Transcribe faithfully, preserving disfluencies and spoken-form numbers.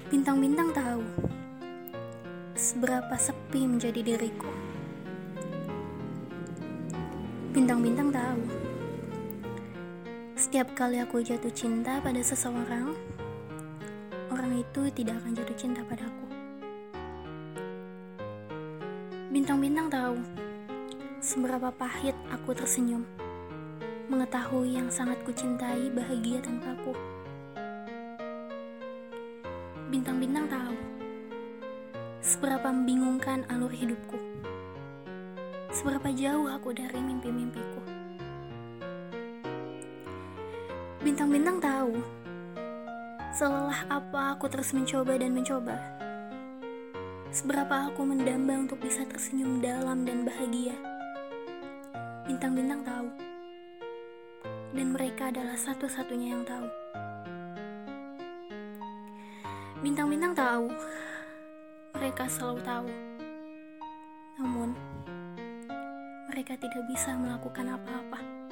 Bintang-bintang tahu seberapa sepi menjadi diriku. Bintang-bintang tahu setiap kali aku jatuh cinta pada seseorang, orang itu tidak akan jatuh cinta padaku. Bintang-bintang tahu seberapa pahit aku tersenyum mengetahui yang sangat kucintai bahagia tanpaku. Bintang-bintang tahu seberapa membingungkan alur hidupku, seberapa jauh aku dari mimpi-mimpiku. Bintang-bintang tahu selelah apa aku terus mencoba dan mencoba, seberapa aku mendamba untuk bisa tersenyum dalam dan bahagia. Bintang-bintang tahu, dan mereka adalah satu-satunya yang tahu. Bintang-bintang tahu, mereka selalu tahu. Namun, mereka tidak bisa melakukan apa-apa.